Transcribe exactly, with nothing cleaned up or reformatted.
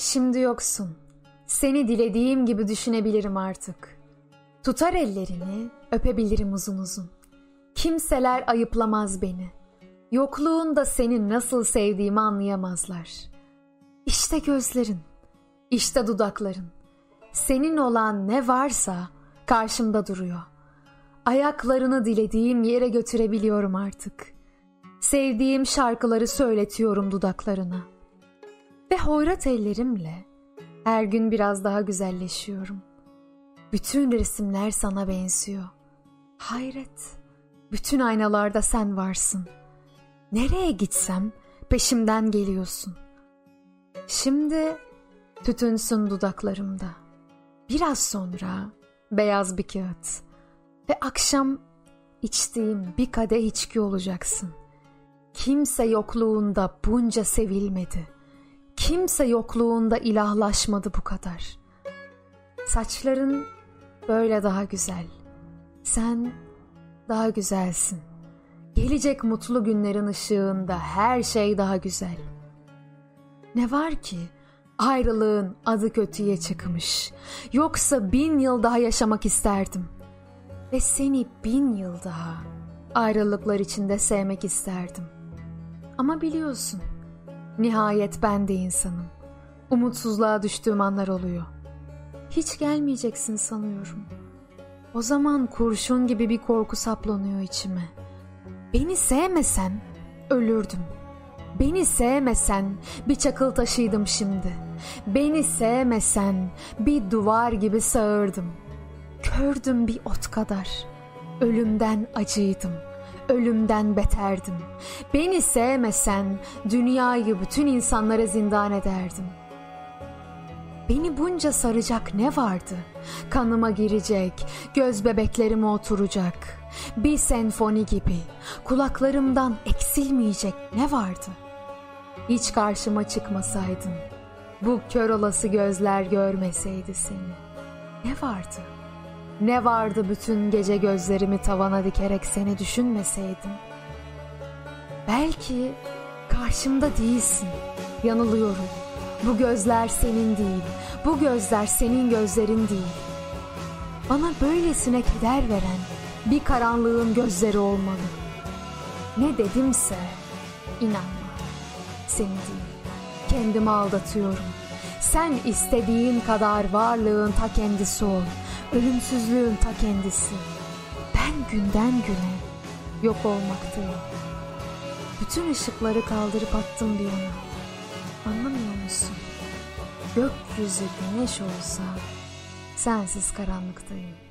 Şimdi yoksun. Seni dilediğim gibi düşünebilirim artık. Tutar ellerini, öpebilirim uzun uzun. Kimseler ayıplamaz beni. Yokluğunda seni nasıl sevdiğimi anlayamazlar. İşte gözlerin, işte dudakların. Senin olan ne varsa karşımda duruyor. Ayaklarını dilediğim yere götürebiliyorum artık. Sevdiğim şarkıları söyletiyorum dudaklarına. Ve hoyrat ellerimle her gün biraz daha güzelleşiyorum. Bütün resimler sana benziyor. Hayret, bütün aynalarda sen varsın. Nereye gitsem peşimden geliyorsun. Şimdi tütünsün dudaklarımda. Biraz sonra beyaz bir kağıt. Ve akşam içtiğim bir kadeh içki olacaksın. Kimse yokluğunda bunca sevilmedi. Kimse yokluğunda ilahlaşmadı bu kadar. Saçların böyle daha güzel. Sen daha güzelsin. Gelecek mutlu günlerin ışığında her şey daha güzel. Ne var ki ayrılığın adı kötüye çıkmış. Yoksa bin yıl daha yaşamak isterdim. Ve seni bin yıl daha ayrılıklar içinde sevmek isterdim. Ama biliyorsun, nihayet ben de insanım. Umutsuzluğa düştüğüm anlar oluyor. Hiç gelmeyeceksin sanıyorum. O zaman kurşun gibi bir korku saplanıyor içime. Beni sevmesen ölürdüm. Beni sevmesen bir çakıl taşıydım şimdi. Beni sevmesen bir duvar gibi sağırdım. Kördüm bir ot kadar. Ölümden acıydım. Ölümden beterdim. Beni sevmesen dünyayı bütün insanlara zindan ederdim. Beni bunca saracak ne vardı? Kanıma girecek, göz bebeklerime oturacak. Bir senfoni gibi kulaklarımdan eksilmeyecek ne vardı? Hiç karşıma çıkmasaydın, bu kör olası gözler görmeseydi seni. Ne vardı? Ne vardı bütün gece gözlerimi tavana dikerek seni düşünmeseydim? Belki karşımda değilsin, yanılıyorum. Bu gözler senin değil, bu gözler senin gözlerin değil. Bana böylesine keder veren bir karanlığın gözleri olmalı. Ne dedimse inanma, seni değil, kendimi aldatıyorum. Sen istediğin kadar varlığın ta kendisi ol, ölümsüzlüğün ta kendisi. Ben günden güne yok olmaktayım. Bütün ışıkları kaldırıp attım bir yana. Anlamıyor musun? Gökyüzü güneş olsa sensiz karanlıktayım.